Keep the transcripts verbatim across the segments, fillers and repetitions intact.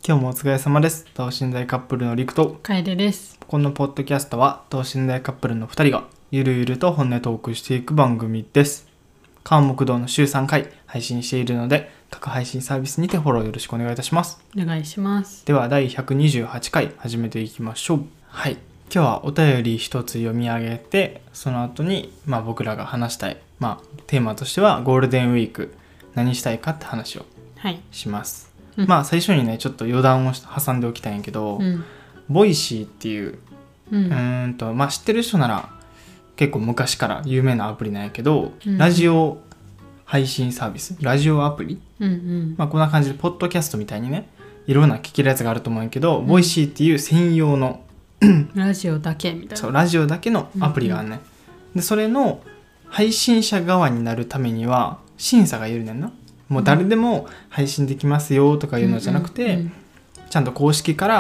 今日もお疲れ様です。等身大カップルのリクと楓です。 このポッドキャストは等身大カップルのふたりがゆるゆると本音トークしていく番組です。川木堂の週さんかい配信しているので、各配信サービスにてフォローよろしくお願いいたします。 お願いします。 ではだいひゃくにじゅうはちかい始めていきましょう。はい、今日はお便り一つ読み上げて、その後に、まあ、僕らが話したい、まあ、テーマとしてはゴールデンウィーク何したいかって話をします。 はい、 まあ最初にねちょっと余談を挟んでおきたいんやけど、 うん、 ボイシーっていう、 うん、 うーんとまあ知ってる人なら結構昔から有名なアプリなんやけど、 うん、 ラジオ配信サービス、ラジオアプリ、 うんうん、 まあこんな感じでポッドキャストみたいにねいろんな聞けるやつがあると思うんやけど、うん、ボイシーっていう専用のラジオだけみたいな、 そうラジオだけのアプリがあるね、うんうん、でそれの配信者側になるためには審査がいるねんな。もう誰でも配信できますよとかいうのじゃなくて、うんうんうん、ちゃんと公式から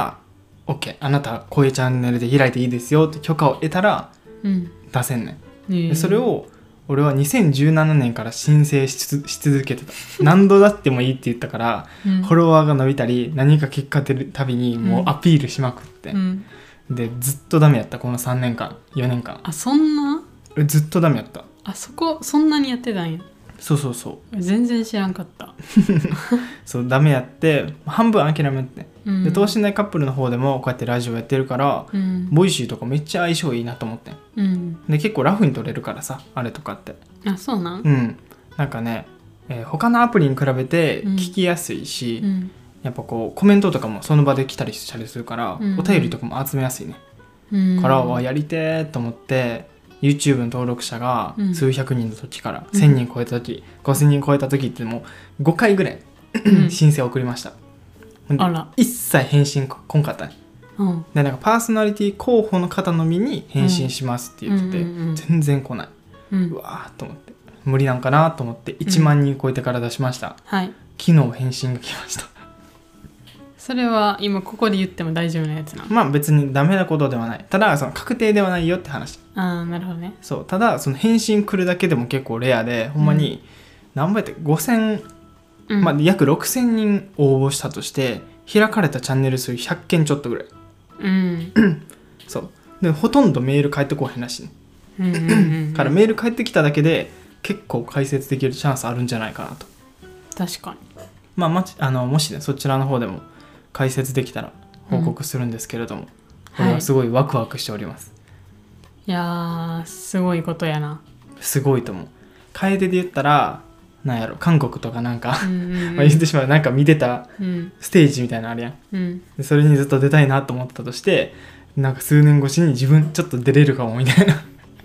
OK あなたこういうチャンネルで開いていいですよって許可を得たら出せんねん、うん、でそれを俺はにせんじゅうななねんから申請 し, し続けてた何度だってもいいって言ったから、うん、フォロワーが伸びたり何か結果出るたびにもうアピールしまくって、うん、でずっとダメやった。このさんねんかんよねんかんあそんなずっとダメやった。 あそこそんなにやってたんや。 そうそうそう全然知らんかったそうダメやって半分諦めて、うん、で等身大カップルの方でもこうやってラジオやってるから、うん、ボイシーとかめっちゃ相性いいなと思って、うん、で結構ラフに撮れるからさあれとかって。 あそうなんうんなんかね、えー、他のアプリに比べて聞きやすいし、うん、やっぱこうコメントとかもその場で来たりしたりするから、うん、お便りとかも集めやすいね、うん、からはやりてーと思って、YouTube の登録者が数百人の時から、うん、せんにん超えた時、ごせんにん超えた時ってもうごかいぐらい、うん、申請を送りました。あら一切返信こんかったね、うん、でなんかパーソナリティ候補の方のみに返信しますって言ってて、うんうんうん、全然来ない、うん、うわーと思って無理なんかなと思っていちまんにん超えてから出しました、うんはい、昨日返信が来ました。 それは今ここで言っても大丈夫なやつなの？ まあ別にダメなことではない。ただその確定ではないよって話。 ああなるほどね。 そうただその返信来るだけでも結構レアで、ほんまに何倍ってごせん、うんまあ、約ろくせんにん応募したとして開かれたチャンネル数ひゃっけんちょっとぐらい、うん、そうでほとんどメール返ってこへんらしいね、うんうんうんうん、からメール返ってきただけで結構解説できるチャンスあるんじゃないかなと。 確かにまあ、まあのもしねそちらの方でも解説できたら報告するんですけれども、うん、これはすごいワクワクしております、 はい、いやーすごいことやな。 すごいと思う。楓で言ったらなんやろ韓国とかなんか、うんうんうんまあ、言ってしまうなんか見てたステージみたいなのあるやん、うん、でそれにずっと出たいなと思ったとしてなんか数年越しに自分ちょっと出れるかもみたいな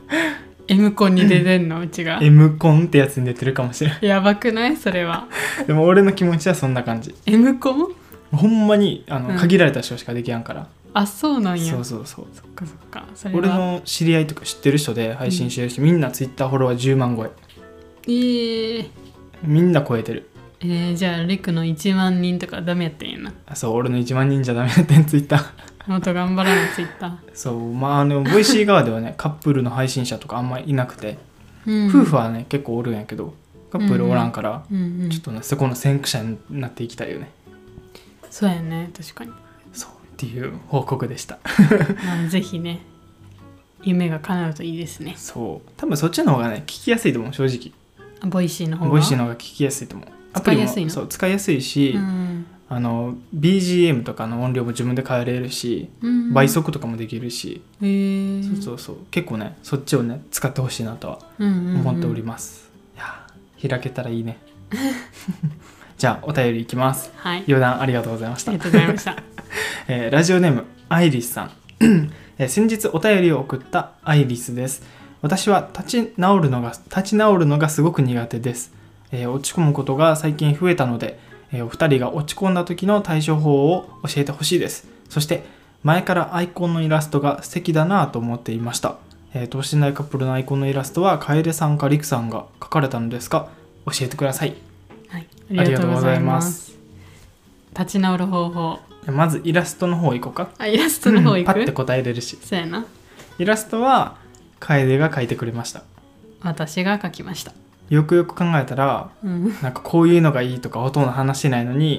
M コンに出てんのうちが M コンってやつに出てるかもしれない。 やばくないそれは。 でも俺の気持ちはそんな感じ。 M コンほんまにあの、うん、限られた人しかできやんから。 あそうなんや。 そうそうそうそっかそっか。それは俺の知り合いとか知ってる人で配信してる人、うん、みんなツイッターフォロワーじゅうまん超え。 えー、 みんな超えてる。 えー、じゃあリクのいちまんにんとかダメやったんやな。 あそう俺のいちまんにんじゃダメやってんツイッターもっと頑張らなツイッター。 そうまああのボイシー側ではねカップルの配信者とかあんまりいなくて、うん、夫婦はね結構おるんやけどカップルおらんから、うんうん、ちょっとねそこの先駆者になっていきたいよね。 そうやね確かに。 そうっていう報告でしたまあぜひね夢が叶うといいですね。 そう多分そっちの方がね聞きやすいと思う正直。 ボイシーの方がボイシーの方が聞きやすいと思う。アプリも使いやすいの？ そう使いやすいし、うん、あの ビージーエム とかの音量も自分で変えれるし、うん、倍速とかもできるし、へーそうそうそう結構ねそっちをね使ってほしいなとは思っております、うんうんうん、いや開けたらいいねじゃあお便りいきます、はい、余談ありがとうございました。 ありがとうございました、 えー、ラジオネームアイリスさん、えー、先日お便りを送ったアイリスです。私は立ち直るのが立ち直るのがすごく苦手です、えー、落ち込むことが最近増えたので、えー、お二人が落ち込んだ時の対処法を教えてほしいです。そして前からアイコンのイラストが素敵だなと思っていました。えー、等身大カップルのアイコンのイラストは楓さんかリクさんが描かれたのですか？教えてください。 はい、ありがとうございます。立ち直る方法、 まずイラストの方行こうか。 あイラストの方行くパッて答えれるし。 そうやな。 イラストは楓が描いてくれました。 私が描きました。 よくよく考えたら、うん、なんかこういうのがいいとかほとんど話してないのに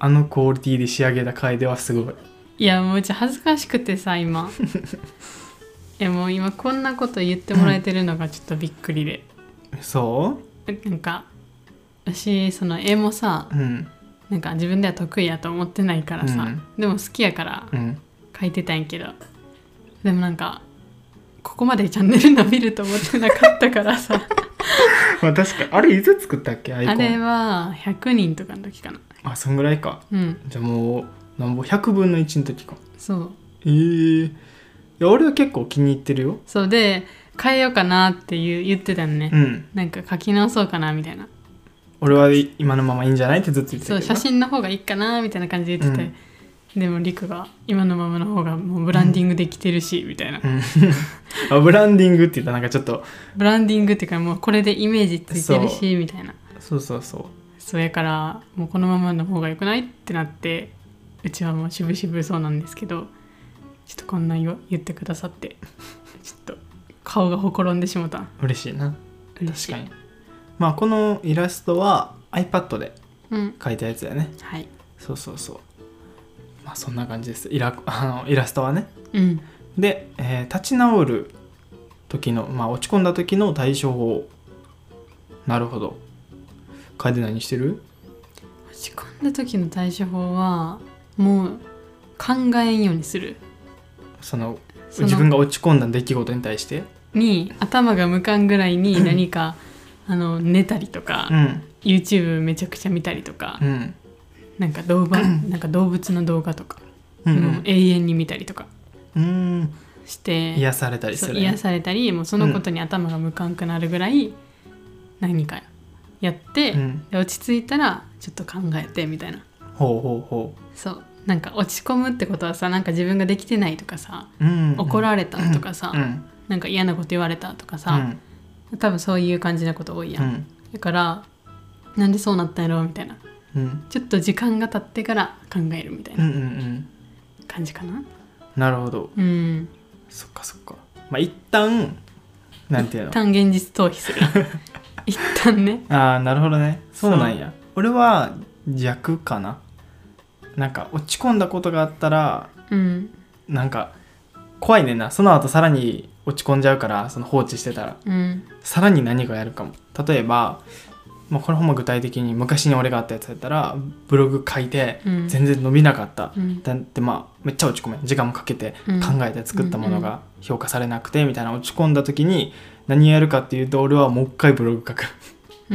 あのクオリティで仕上げた楓はすごい。 いやもううち恥ずかしくてさ今いやもう今こんなこと言ってもらえてるのがちょっとびっくりで、 うん、そうなんか私その絵もさ、 うん、 なんか自分では得意やと思ってないからさ、うん、でも好きやから描いてたんやけど、うん、でもなんかここまでチャンネル伸びると思ってなかったからさまあ確かにあれいつ作ったっけアイコン。 あれはひゃくにんとかの時かな。 あそんぐらいか、 うん、 じゃあもうなんぼひゃくぶんのいちの時か。 そうえー、いや俺は結構気に入ってるよ。 そうで変えようかなっていう言ってたのね、 うん、 なんか書き直そうかなみたいな。 俺は今のままいいんじゃないってずっと言ってたけど、 そう写真の方がいいかなみたいな感じで言ってて、うん、でもリクが今のままの方がもうブランディングできてるし、うん、みたいな、 うん、ブランディングって言ったらなんかちょっとブランディングっていうかもうこれでイメージついてるしみたいな。 そうそうそうそれからもうこのままの方が良くないってなって、うちはもうしぶしぶそうなんですけど、ちょっとこんな言ってくださってちょっと顔がほころんでしもた。 嬉しいな。 嬉しい。 確かにまあこのイラストは iPad で描いたやつだよね、 うん、はい。 そうそうそう、まあそんな感じです。イラ、あのイラストはね、 うん、 で、えー、立ち直る時の、まあ、落ち込んだ時の対処法。なるほど。楓何してる？ 落ち込んだ時の対処法はもう考えんようにする。 その自分が落ち込んだ出来事に対してに頭が向かんぐらいに何かあの寝たりとか、うん、YouTube めちゃくちゃ見たりとか、うん、なんか動画なんか動物の動画とか、うんうん、もう永遠に見たりとかして癒されたりする、 ね、癒されたり、もうそのことに頭が向かんくなるぐらい何かやって、うん、で落ち着いたらちょっと考えてみたいな。 ほうほうほう。 そうなんか落ち込むってことはさ、なんか自分ができてないとかさ、うんうん、怒られたとかさ、うん、なんか嫌なこと言われたとかさ、うん、多分そういう感じなこと多いやん、うん、だからなんでそうなったんやろみたいな、うん、ちょっと時間が経ってから考えるみたいな感じかな、うんうんうん、 なるほど、うん、そっかそっか。まあ一旦なんていうの、 一旦現実逃避する一旦ね。 ああなるほどね。そうなんや。俺は逆かな。なんか落ち込んだことがあったら、うん、なんか怖いねんな。その後さらに落ち込んじゃうから、その放置してたら、うん、さらに何かやるかも。例えば、まあ、これほんま具体的に昔に俺があったやつだったらブログ書いて全然伸びなかった、うん、だってまあめっちゃ落ち込め時間もかけて考えて作ったものが評価されなくてみたいな落ち込んだ時に何やるかっていうと、俺はもう一回ブログ書く、うん、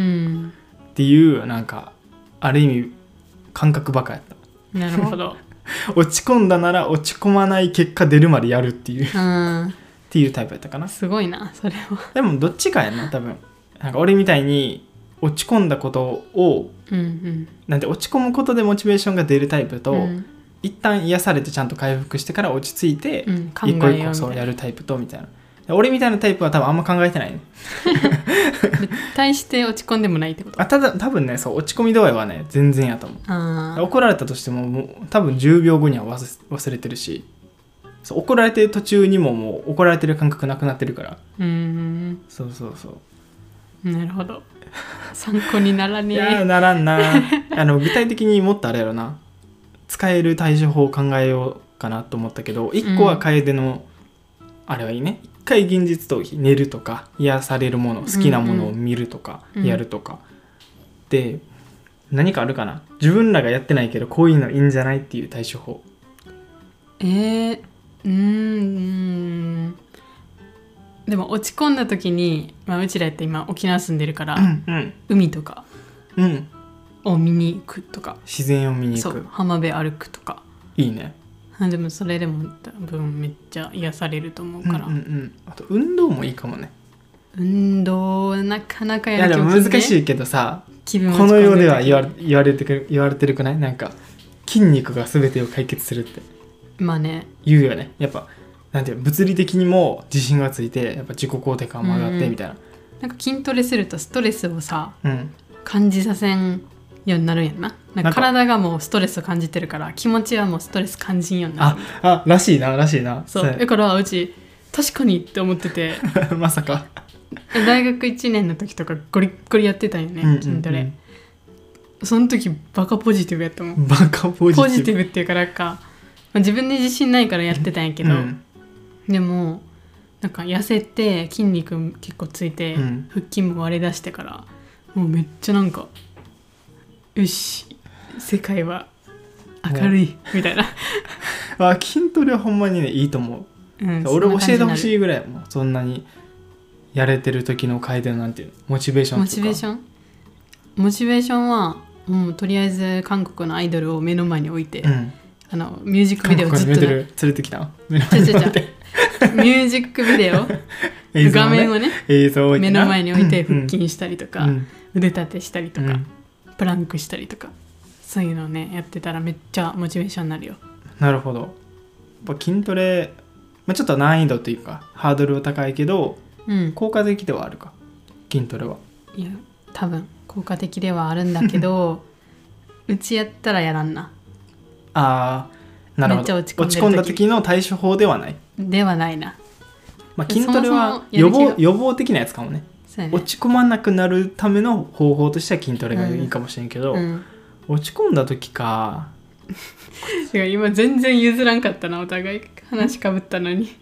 っていうなんかある意味感覚バカやった。 なるほど落ち込んだなら落ち込まない結果出るまでやるっていう、うん、っていうタイプやったかな。 すごいなそれは。 でもどっちかやな多分。なんか俺みたいに落ち込んだことを、うんうん、なんて落ち込むことでモチベーションが出るタイプと、うん、一旦癒されてちゃんと回復してから落ち着いて、うん、一個一個そうやるタイプとみたいな。俺みたいなタイプは多分あんま考えてないね対して落ち込んでもないってこと？ あただ多分ね、そう落ち込み度合いはね全然やと思う。あ怒られたとしても、もう多分じゅうびょうごには忘 忘れてるし、そう怒られてる途中にももう怒られてる感覚なくなってるから。うーんそうそうそう。 なるほど。参考にならねえ。 いやならんなあの具体的にもっとあれやろな、使える対処法を考えようかなと思ったけど、いっこは楓の、うん、あれはいいね。一回現実逃避、寝るとか癒されるもの、好きなものを見るとか、うんうん、やるとか、うん、で何かあるかな、自分らがやってないけどこういうのいいんじゃないっていう対処法。 えー、うーんでも落ち込んだ時に、まあ、うちらって今沖縄住んでるから、うんうん、海とかを見に行くとか、 自然を見に行く、 そう浜辺歩くとかいいね。 でもそれでも多分めっちゃ癒されると思うから、うんうんうん、 あと運動もいいかもね。 運動なかなかやる気も、ね、いやでも難しいけどさ、気分この世では言われ、言われてく言われてるくない？なんか筋肉が全てを解決するってまあね言うよね。やっぱなんていう物理的にも自信がついて、やっぱ自己肯定感も上がってみたいな、うん、 なんか筋トレするとストレスをさ、うん、感じさせんようになるんやんな。なんか体がもうストレスを感じてるから気持ちはもうストレス感じんようになる。 ああらしいならしいな。 そうだからうち確かにって思っててまさか大学いちねんの時とかゴリッゴリやってたんよね、筋トレ、 その時バカポジティブやったもん。 バカポジティブ。 ポジティブっていうかなんか、まあ、自分で自信ないからやってたんやけど、うん、でもなんか痩せて筋肉結構ついて、うん、腹筋も割れ出してからもうめっちゃなんかよし世界は明るいみたいなあ、筋トレはほんまにねいいと思う、うん、俺教えてほしいぐらいもうそんなにやれてる時の楓のなんていうのモチベーションとか。 モチベーションモチベーションはもうとりあえず韓国のアイドルを目の前に置いて、うん、あのミュージックビデオずっと連れてきた目の前に置いてミュージックビデオね、画面をね映像を目の前に置いて腹筋したりとか、うん、腕立てしたりとか、うん、プランクしたりとかそういうのをねやってたらめっちゃモチベーションになるよ。 なるほど。やっぱ筋トレ、まあ、ちょっと難易度というかハードルは高いけど、うん、効果的ではあるか筋トレは。 いや多分効果的ではあるんだけどうちやったらやらんな。 あーなるほど。落ち込んでる時、落ち込んだ時の対処法ではないではないな。 まあ、筋トレは予防、予防的なやつかもね。ね落ち込まなくなるための方法としては筋トレがいいかもしれんけど、うんうん、落ち込んだ時か今全然譲らんかったなお互い話かぶったのに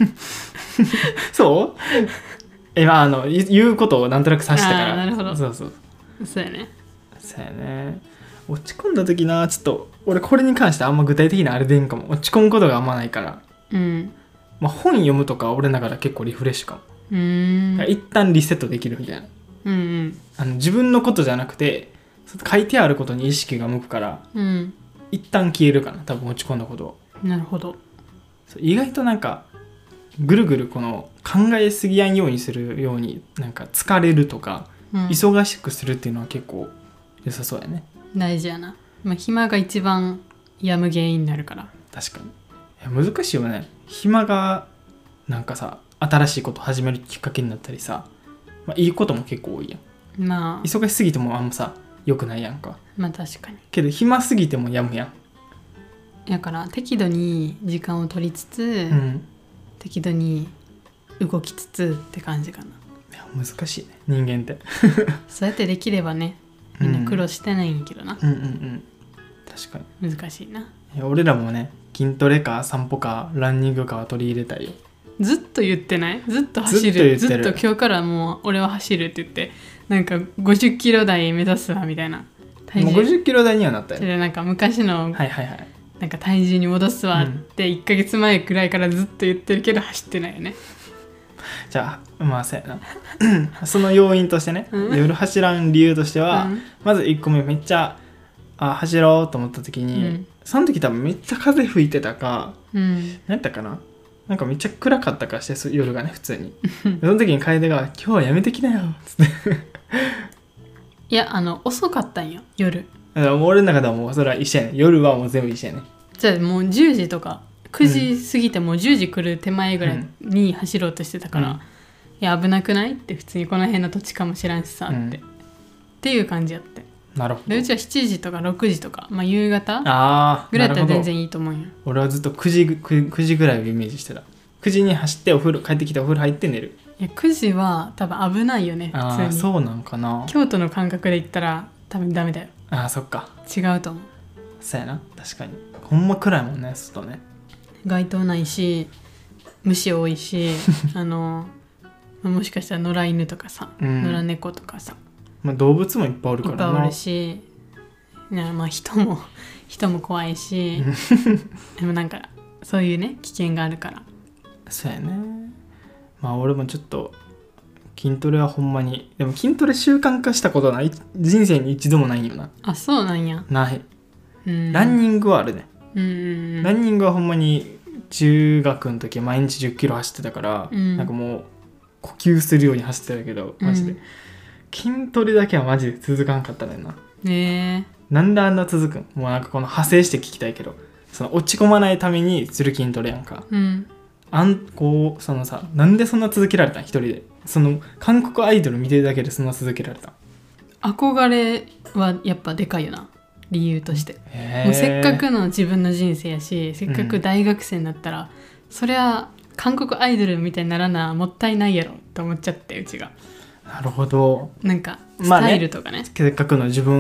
そう今あの言うことをなんとなく察したから。 あなるほど。 そうそうそうやねそうやね。落ち込んだ時なちょっと俺これに関してあんま具体的なあれでいいんかも。落ち込むことがあんまないから、うんまあ、本読むとか俺ながら結構リフレッシュかも。うーん一旦リセットできるみたいな、うんうん、あの自分のことじゃなくて書いてあることに意識が向くから、うん、一旦消えるかな多分落ち込んだことは。なるほど。 意外となんかぐるぐるこの考えすぎやんようにするようになんか疲れるとか、うん、忙しくするっていうのは結構良さそうやね。 大事やな、まあ、暇が一番病む原因になるから。 確かに。いや難しいよね。暇がなんかさ新しいこと始めるきっかけになったりさ、まあ、いいことも結構多いやん。まあ忙しすぎてもあんまさ良くないやんか。 まあ確かに。 けど暇すぎても病むやん。 だから適度に時間を取りつつ、うん、適度に動きつつって感じかな。いや難しいね人間ってそうやってできればねみんな苦労してないんやけどな、うん、うんうんうん確かに難しいな。 いや俺らもね筋トレか散歩かランニングかは取り入れたいよ。 ずっと言ってない？ずっと走る。ずっとずっと今日からもう俺は走るって言ってなんかごじゅっキロ台目指すわみたいな。 体重もうごじゅっキロ台にはなったよ。 それなんか昔のはいはいはいなんか体重に戻すわっていっかげつまえくらいからずっと言ってるけど走ってないよね。 じゃあまあそうやなその要因としてね、うん、夜走らん理由としては、うん、まずいっこめめっちゃあ走ろうと思った時に、うん、その時多分めっちゃ風吹いてたか、うん、何やったかななんかめっちゃ暗かったかして夜がね普通にその時に楓が今日はやめてきなよっつっていやあの遅かったんよ夜。 俺の中ではもうそれは一緒やね。夜はもう全部一緒やね。 じゃあもうじゅうじとかくじ過ぎてもうじゅうじ来る手前ぐらいに走ろうとしてたから、うん、いや危なくないって普通にこの辺の土地かもしらんしさって、うん、っていう感じやって。 なるほど。 でうちはしちじとかろくじとか、まあ、夕方ぐらいだったら全然いいと思うよ。 俺はずっとくじ、くじぐらいをイメージしてた。くじに走ってお風呂帰ってきてお風呂入って寝る。 いやくじは多分危ないよね普通に。 そうなんかな。 京都の感覚で言ったら多分ダメだよ。 ああそっか違うと思う。 そうやな確かにほんま暗いもんね外ね。 街灯ないし虫多いしあのもしかしたら野良犬とかさ、うん、野良猫とかさ、 まあ、動物もいっぱいおるからな。 いっぱいおるし、まあ、人も人も怖いしでもなんかそういうね危険があるから。 そうやね。まあ俺もちょっと筋トレはほんまにでも筋トレ習慣化したことない人生に一度もないよな。 あそうなんや。 ない。うんランニングはあるね。うんうんうん、ランニングはほんまに中学の時毎日じゅっキロ走ってたから、うん、なんかもう呼吸するように走ってたけどマジで、うん、筋トレだけはマジで続かんかったねんな。 ねえなんであんな続くん。もうなんかこの派生して聞きたいけどその落ち込まないためにする筋トレやんか、うん、あんこうそのさなんでそんな続けられたん一人で。その韓国アイドル見てるだけでそんな続けられた。 憧れはやっぱでかいよな理由として。もうせっかくの自分の人生やしせっかく大学生になったら、うん、そりゃ韓国アイドルみたいにならなもったいないやろと思っちゃってうちが。 なるほど。 なんかスタイルとかね、 まあ、ねせっかくの自分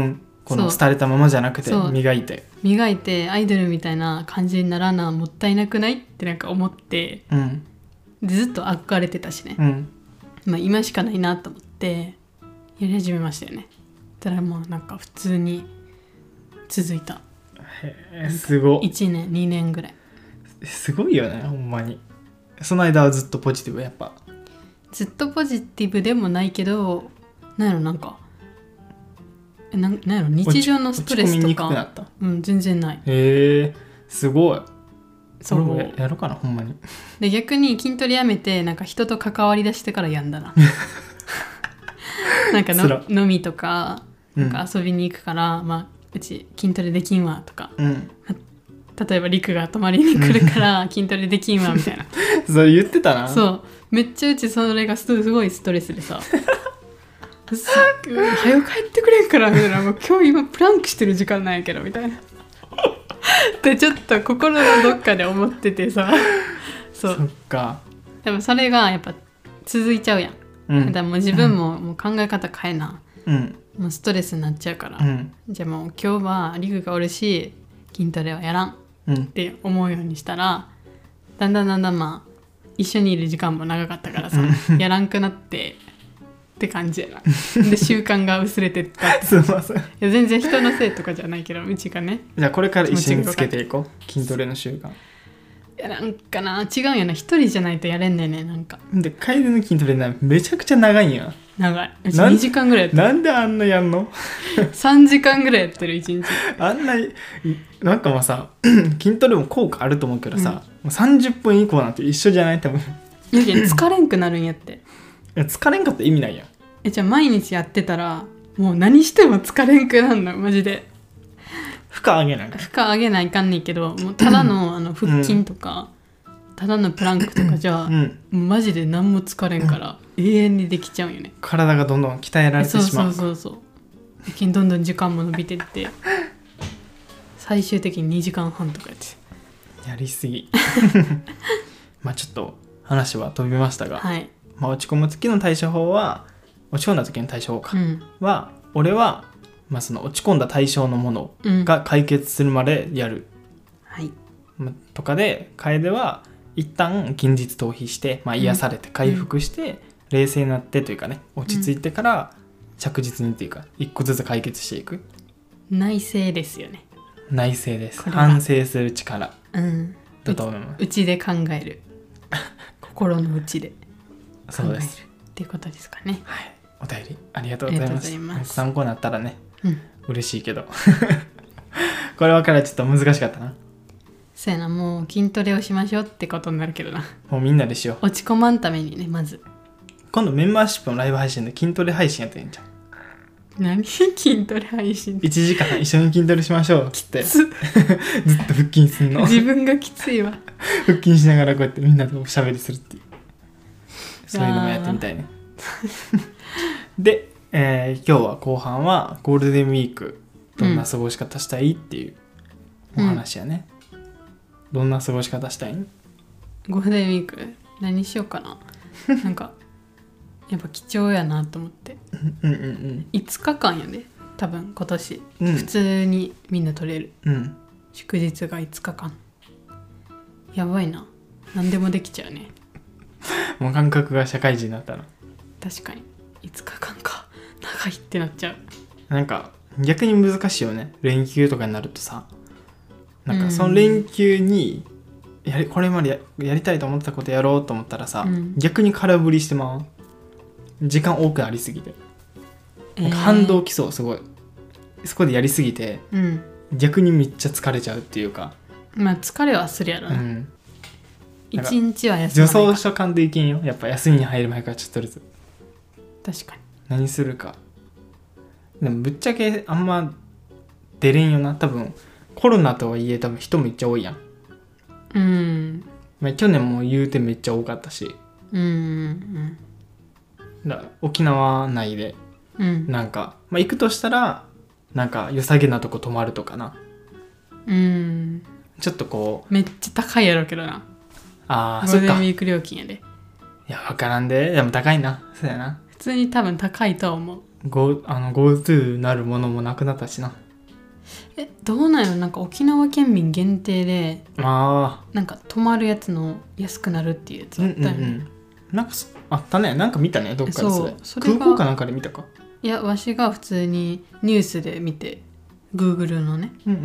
この廃れたままじゃなくて磨いて磨いてアイドルみたいな感じにならなもったいなくないってなんか思って、うん、でずっと憧れてたしね、うん、まあ今しかないなと思ってやり始めましたよね。たらまあなんか普通に続いた。 へえ、すごい。 いちねんにねんぐらい。 すごいよねほんまに。その間はずっとポジティブ。やっぱずっとポジティブでもないけど、なんやろなんかえななんやろ日常のストレスとか落ち込みにくくなった。うん全然ない。 へえすごい。そう俺も や, やろうかなほんまに。 で逆に筋トレやめてなんか人と関わりだしてからやんだな。なんかの飲みとかなんか遊びに行くから、うん、まあうち筋トレできんわとか、うん、例えばリクが泊まりに来るから筋トレできんわみたいな。 それ言ってたな。 そうめっちゃうちそれがすごいストレスでさ早く帰ってくれんからみたいな。もう今日今プランクしてる時間なんやけどみたいなってちょっと心のどっかで思っててさそうそっか。 でもそれがやっぱ続いちゃうやん、うん、だからもう自分ももう考え方変えな、うん、もうストレスになっちゃうから、うん、じゃあもう今日はリクがおるし筋トレはやらんって思うようにしたら、うん、だんだんだんだんまあ一緒にいる時間も長かったからさやらんくなってって感じやな。で習慣が薄れてったって。すいません。いや全然人のせいとかじゃないけどうちがね。 じゃあこれから一緒につけていこう筋トレの習慣。いやなんかな違うんやな一人じゃないとやれんねんねなんか。 で楓の筋トレなめちゃくちゃ長いんや。 長い。うちにじかんぐらいやってる。 なんであんなやんの？ さんじかんぐらいやってるいちにち。 あんななんかもうさ筋トレも効果あると思うけどさ、うん、もうさんじゅっぷん以降なんて一緒じゃない多分。 いや疲れんくなるんやって。いや疲れんかったら意味ないやん。 えじゃあ毎日やってたらもう何しても疲れんくなるのマジで。 負荷上げない負荷上げないかんねんけどもうただのあの腹筋とか、うん、ただのプランクとかじゃあ、うん、もうマジで何も疲れんから、うん、永遠にできちゃうんよね。 体がどんどん鍛えられてしまう。 そうそうそうそう。どんどん時間も伸びてって最終的ににじかんはんとかやってやりすぎまあちょっと話は飛びましたが、はいまあ、落ち込む時の対処法は落ち込んだ時の対処法か、うん、は俺は、まあ、その落ち込んだ対象のものが解決するまでやる、 はい、 とかで楓は一旦現実逃避して、まあ、癒されて回復して、うん、冷静になってというかね落ち着いてから着実にというか一個ずつ解決していく。 内省ですよね。 内省です。反省する力、うん、だと思います。 うちで考える心の内でそうですっていうことですかね。 はい、お便りありがとうございます。ます参考になったらね、うん、嬉しいけどこれ分からちょっと難しかったな。 そうやなもう筋トレをしましょうってことになるけどな。 もうみんなでしよう。落ち込まんためにねまず。 今度メンバーシップのライブ配信で筋トレ配信やってんじゃん。 何筋トレ配信いちじかん一緒に筋トレしましょうっつってずっと腹筋すんの。 自分がきついわ。 腹筋しながらこうやってみんなとおしゃべりするっていうそういうのもやってみたいねで、えー、今日は後半はゴールデンウィークどんな過ごし方したいっていうお話やね、うん、どんな過ごし方したいん？ ゴールデンウィーク何しようかななんかやっぱ貴重やなと思ってうんうん、うん、いつかかんやで多分今年、うん、普通にみんな取れる、うん、祝日がいつかかんやばいな。何でもできちゃうねもう感覚が社会人になったの。 確かにいつかかんか長いってなっちゃう。なんか逆に難しいよね連休とかになるとさ。なんかその連休にやりこれまで や, やりたいと思ってたことやろうと思ったらさ、うん、逆に空振りしてまう。時間多くなりすぎてなんか反動きそうすごい、えー、そこでやりすぎて、うん、逆にめっちゃ疲れちゃうっていうか。 まあ疲れはするやろな、うん、一日は休まないか。 助走所感でいけんよやっぱ休みに入る前からちょっとずつ。 確かに何するか。でもぶっちゃけあんま出れんよな多分。コロナとはいえ多分人めっちゃ多いやん。うん、まあ、去年も言うてめっちゃ多かったし、うんうん、だ沖縄内で、うん、なんか、まあ、行くとしたらなんか良さげなとこ泊まるとかな、うん、ちょっとこうめっちゃ高いやろうけどな。 あーゴールデンウィーク料金やで。 いや分からんで。でも高いな。そうやな。 普通に多分高いとは思う。 Go あの GoTo なるものもなくなったしな。 えどうなんやろ、なんか沖縄県民限定であなんか泊まるやつの安くなるっていうやつあったよね、うんうんうん、 なんかあったね、なんか見たねどっかでそれ、 それ空港かなんかで見たか。 いやわしが普通にニュースで見て Google のね、 うんうんうん、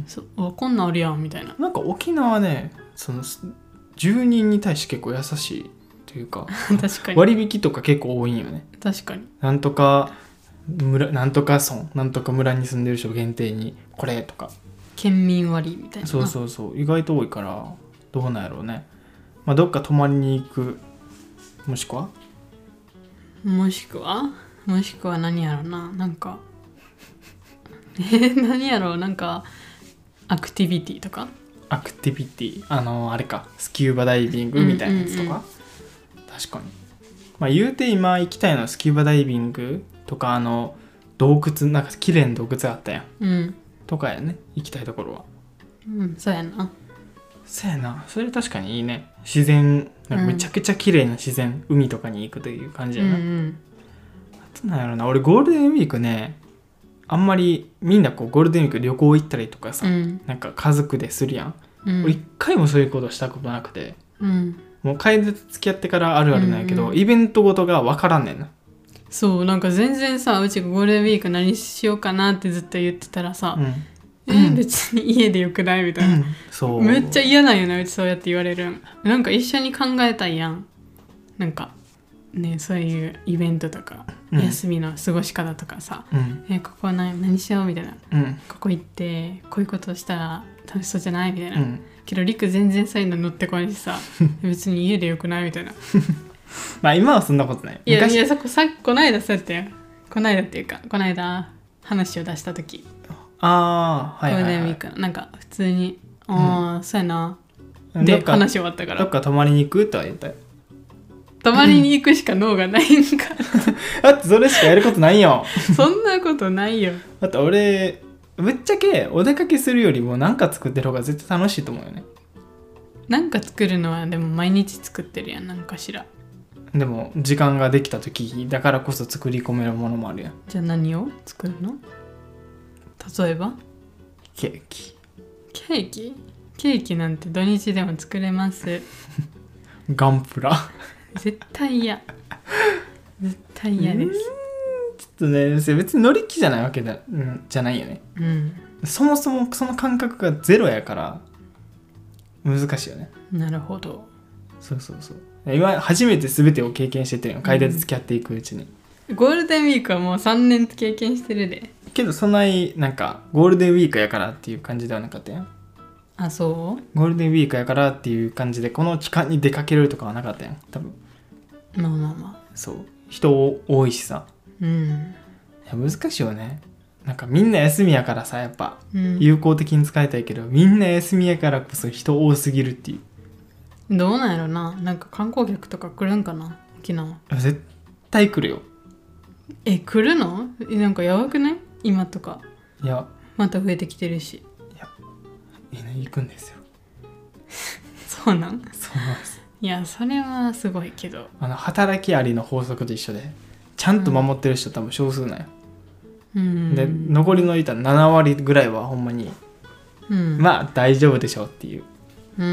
そあこんなんあるやんみたいな。 なんか沖縄ねその住人に対して結構優しいというか確かに割引とか結構多いんよね。 確かになんとか村なんとか村なんとか村に住んでる人限定にこれとか県民割みたいな。 そうそうそう意外と多いからどうなんやろうね。まあどっか泊まりに行くもしくはもしくはもしくは何やろうな、なんかえー、何やろう、なんかアクティビティとかアクティビティあのあれかスキューバダイビングみたいなやつとか、うんうんうん、確かにまあ言うて今行きたいのはスキューバダイビングとかあの洞窟なんか綺麗な洞窟あったやん、 うん、 とかやね行きたいところは。 うんそうやなそうやなそれ確かにいいね。自然なんかめちゃくちゃ綺麗な自然、うん、海とかに行くという感じやな、うんうん、あとなんやろな俺ゴールデンウィークねあんまりみんなこうゴールデンウィーク旅行行ったりとかさ、うん、なんか家族でするやん、うん、俺一回もそういうことしたことなくて、うん、もう楓と付き合ってからあるあるなんやけど、うんうん、イベントごとが分からんねんな。 そうなんか全然さうちがゴールデンウィーク何しようかなってずっと言ってたらさ、うん、えー、別に家でよくないみたいな、うん、そうめっちゃ嫌なんよなうちそうやって言われる。なんか一緒に考えたいやんなんかねそういうイベントとか、うん、休みの過ごし方とかさ、うん、えー、ここは 何, 何しようみたいな、うん、ここ行ってこういうことしたら楽しそうじゃないみたいな、うん、けどリク全然そういうの乗ってこないしさ別に家でよくないみたいなまあ今はそんなことない。 いやいやそこさこないだそうやってよこないだっていうかこないだ話を出した時ああはいはいはいゴールデンウィークなんか普通にああ、うん、そうやなで話終わったからどっか泊まりに行くとは言ったよ。 泊まりに行くしか脳がないんかだってそれしかやることないよそんなことないよ。 だって俺ぶっちゃけお出かけするよりも何か作ってる方が絶対楽しいと思うよね。 なんか作るのはでも毎日作ってるやんなんかしら。 でも時間ができた時だからこそ作り込めるものもあるやん。 じゃあ何を作るの？例えばケーキ。 ケーキ？ケーキなんて土日でも作れますガンプラ絶対嫌絶対嫌です。 ちょっとね別に乗り気じゃないわけだ、うん、じゃないよね、うん、そもそもその感覚がゼロやから難しいよね。 なるほど。 そうそうそう今初めて全てを経験しててる楓と付き合っていくうちに、 うん、ゴールデンウィークはもうさんねん経験してるで。 けどそんなになんかゴールデンウィークやからっていう感じではなかったやん。 あそうゴールデンウィークやからっていう感じでこの期間に出かけるとかはなかったやん多分。 まあまあまあそう人多いしさ、うん、いや難しいよね。なんかみんな休みやからさやっぱ、うん、有効的に使いたいけどみんな休みやからこそ人多すぎるっていう。 どうなんやろな。なんか観光客とか来るんかな沖縄。 絶対来るよ。 え来るの？なんかやばくない？今とかいやまた増えてきてるし。 いやいいね行くんですよそうなん？ そうなんです。 いやそれはすごいけどあの働きありの法則と一緒でちゃんと守ってる人、うん、多分少数なんよ、うん、で残りのいたなな割ぐらいはほんまに、うん、まあ大丈夫でしょうっていう、うん、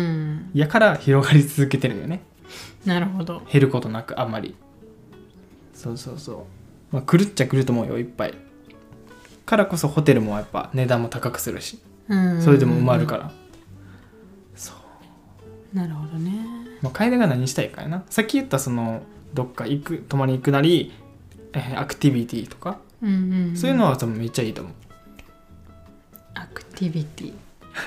やから広がり続けてるよね。 なるほど。 減ることなくあんまり。そうそうそう、まあ、来るっちゃ来ると思うよいっぱいからこそホテルもやっぱ値段も高くするし、うんうんうん、それでも埋まるから。そうなるほどね。 まあ、楓が何したいかやな。さっき言ったそのどっか行く泊まりに行くなり、えー、アクティビティとか、うんうんうん、そういうのは多分めっちゃいいと思う。 アクティビティ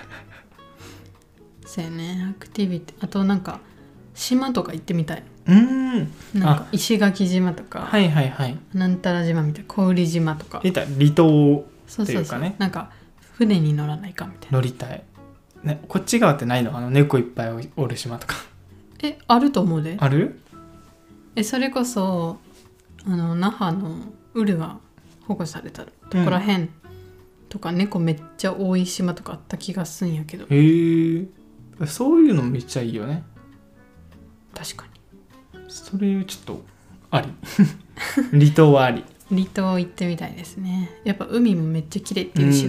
そうやねアクティビティ。あとなんか島とか行ってみたい。うーんなんか石垣島とかはいはいはいなんたら島みたいな小売島とか離島っていうかね。 そうそうそうなんか船に乗らないかみたいな。 乗りたい、ね、こっち側ってないの？あの猫いっぱいおる島とか。 えあると思うで。 ある？ えそれこそあの那覇のウルが保護されたとこらへんとか、うん、猫めっちゃ多い島とかあった気がすんやけど。 へえそういうのめっちゃいいよね。 確かにそれちょっとあり離島はあり。 離島行ってみたいですね。やっぱ海もめっちゃ綺麗っていうしな、 うん、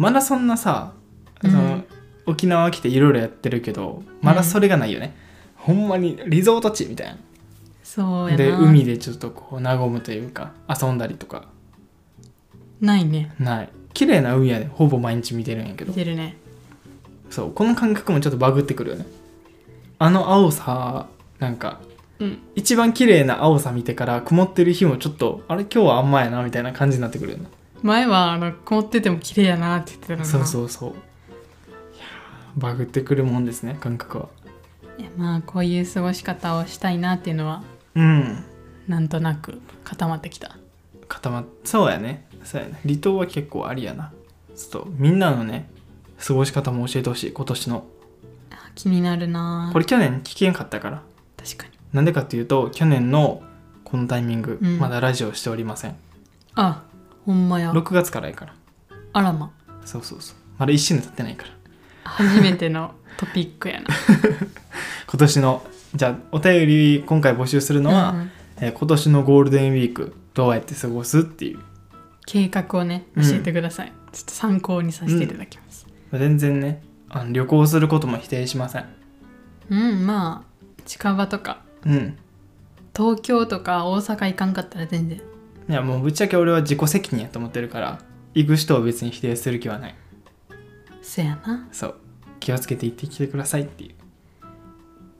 まだそんなさ、うん、その沖縄来ていろいろやってるけどまだそれがないよね、うん、ほんまにリゾート地みたいな。 そうやな。 で海でちょっとこう和むというか遊んだりとかないね。 ない。綺麗な海やでほぼ毎日見てるんやけど。 見てるね。 そう、この感覚もちょっとバグってくるよね。あの青さ、なんか、うん、一番綺麗な青さ見てから曇ってる日もちょっとあれ今日はあんまやなみたいな感じになってくるよね。 前はあの曇ってても綺麗やなって言ってたのな。 そうそうそう。いやバグってくるもんですね、感覚は。 いやまあこういう過ごし方をしたいなっていうのは、 うん、 なんとなく固まってきた。 固まっそうやね。そうやね。離島は結構ありやな。ちょっとみんなのね過ごし方も教えてほしい、今年の。 気になるな。 これ去年聞けんかったから。 確かに。 なんでかっていうと去年のこのタイミング、うん、まだラジオしておりません。 あ、ほんまや。 ろくがつからやから。 あらま。 そうそうそう。まだいっしゅうねん経ってないから。 初めてのトピックやな。 今年のじゃあお便り今回募集するのは、うんうんえー、今年のゴールデンウィークどうやって過ごすっていう計画をね教えてください、うん、ちょっと参考にさせていただきます、 うん、全然ねあの旅行することも否定しません。 うんまあ近場とか、うん、東京とか大阪行かんかったら全然。 いやもうぶっちゃけ俺は自己責任やと思ってるから行く人を別に否定する気はない。 せやな。 そう気をつけて行ってきてくださいっていう。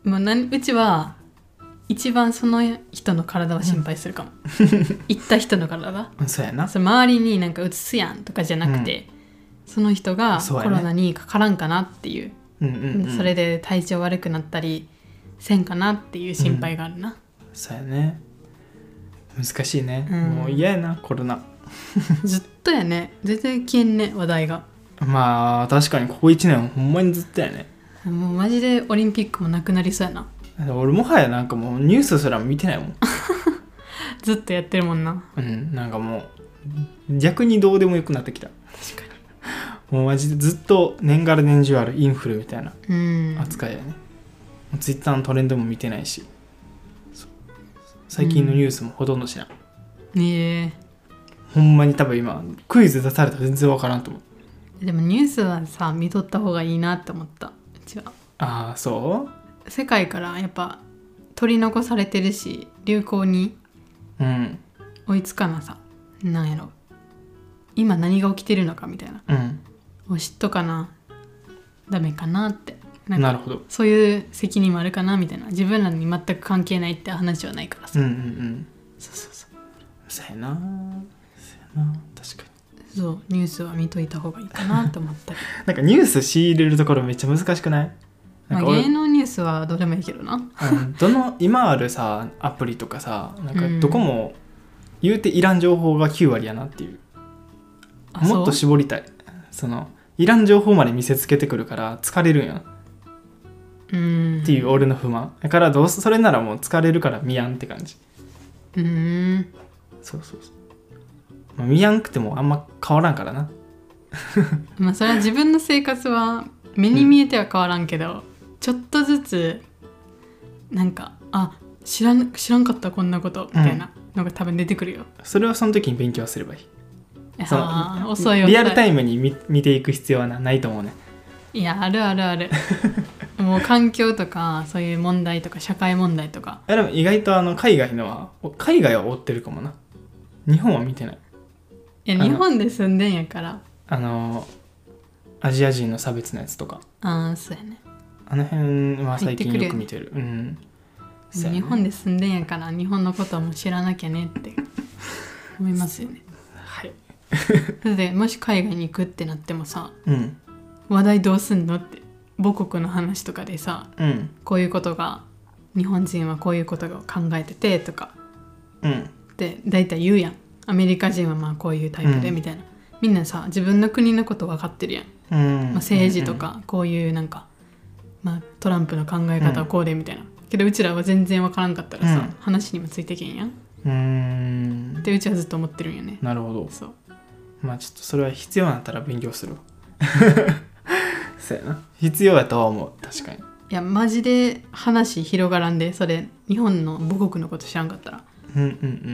もうなうちは一番その人の体は心配するかも、うん、行った人の体そうやな。 そ周りになんかうつすやんとかじゃなくて、うん、その人がコロナにかからんかなっていう、うんうんうん、それで体調悪くなったりせんかなっていう心配があるな、うん、 そうやね。難しいね、うん、もう嫌やなコロナずっとやね。全然消えんね話題が。 まあ確かにここいちねんほんまにずっとやね。 もうマジでオリンピックもなくなりそうやな。 俺もはやなんかもうニュースすら見てないもんずっとやってるもんな。 うんなんかもう逆にどうでもよくなってきた。 確かにもうマジでずっと年がら年中あるインフルみたいな扱いやね。ツイッターのトレンドも見てないし最近のニュースもほとんどしない。 ええほんまに多分今クイズ出されたら全然わからんと思う。でもニュースはさ見とった方がいいなって思った。うちはああそう世界からやっぱ取り残されてるし流行に追いつかなさ、うん、なんやろ今何が起きてるのかみたいな、うん、を知っとかなダメかなって。なんかなるほど。そういう責任もあるかなみたいな。自分らに全く関係ないって話はないからさ。うんうんうん。そうそうそう。 そうやな。そうやな。確かに。そうニュースは見といた方がいいかなと思ったり。 なんかニュース仕入れるところめっちゃ難しくない？ なんかまあ、芸能ニュースはどれもいいけどな。 うん、どの今あるさアプリとかさなんかどこも言うていらん情報がきゅうわりやなっていう。うん、もっと絞りたい。そのいらん情報まで見せつけてくるから疲れるんや。うんっていう俺の不満だからどうそれならもう疲れるから見やんって感じ。うんそうそうそう、まあ、見やんくてもあんま変わらんからなまあそれは自分の生活は目に見えては変わらんけど、うん、ちょっとずつなんかあ知らん、知らんかったこんなことみたいなのが多分出てくるよ、 うん、それはその時に勉強すればいい。 あ遅いよ。 リアルタイムに 見, 見ていく必要は な, ないと思うね。 いやあるあるあるもう環境とかそういう問題とか社会問題とか。 でも意外とあの海外のは海外は追ってるかもな。日本は見てない。 いや日本で住んでんやから。 あのアジア人の差別のやつとか。 ああそうやね。 あの辺は最近よく見てる。うん。 ね、日本で住んでんやから日本のことも知らなきゃねって思いますよね。はいでもし海外に行くってなってもさ、うん、話題どうすんのって母国の話とかでさ、うん、こういうことが日本人はこういうことを考えててとか、うん、で大体言うやん。アメリカ人はまあこういうタイプでみたいな、うん、みんなさ自分の国のこと分かってるやん、うんまあ、政治とかこういうなんか、まあ、トランプの考え方はこうでみたいな、うん、けどうちらは全然分からんかったらさ、うん、話にもついてけんやん。うーんってうちはずっと思ってるんよね。 なるほど。そうまあちょっとそれは必要になったら勉強するわそうやな必要やとは思う。確かに。いやマジで話広がらんでそれ日本の母国のこと知らんかったら、うんうんうん、っ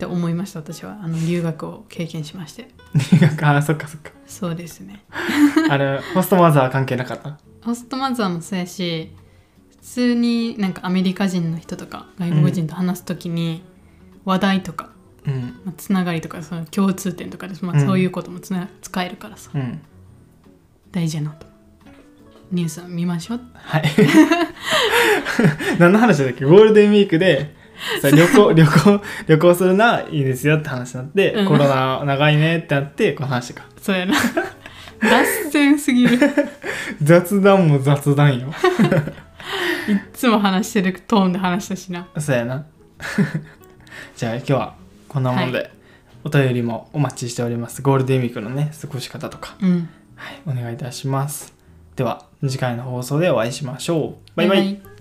って思いました。私はあの留学を経験しまして。 留学、あ、そっかそっか。 そうですね。 あれホストマザー関係なかった？ ホストマザーもそうやし、普通になんかアメリカ人の人とか外国人と話すときに話題とか、うんまあ、つながりとかその共通点とかで、まあ、そういうこともつな、うん、使えるからさ、うん、大事やなと。ニュースを見ましょう。 はい何の話だっけ？ゴールデンウィークでさ旅行旅行旅行するないいですよって話になって、うん、コロナ長いねってなってこの話か。 そうやな脱線すぎる雑談も雑談よいっつも話してるトーンで話したしな。 そうやなじゃあ今日はこんなもんで、はい、お便りもお待ちしております。ゴールデンウィークのね過ごし方とか、うんはい、お願いいたします。では次回の放送でお会いしましょう。バイバイ。バイバイ。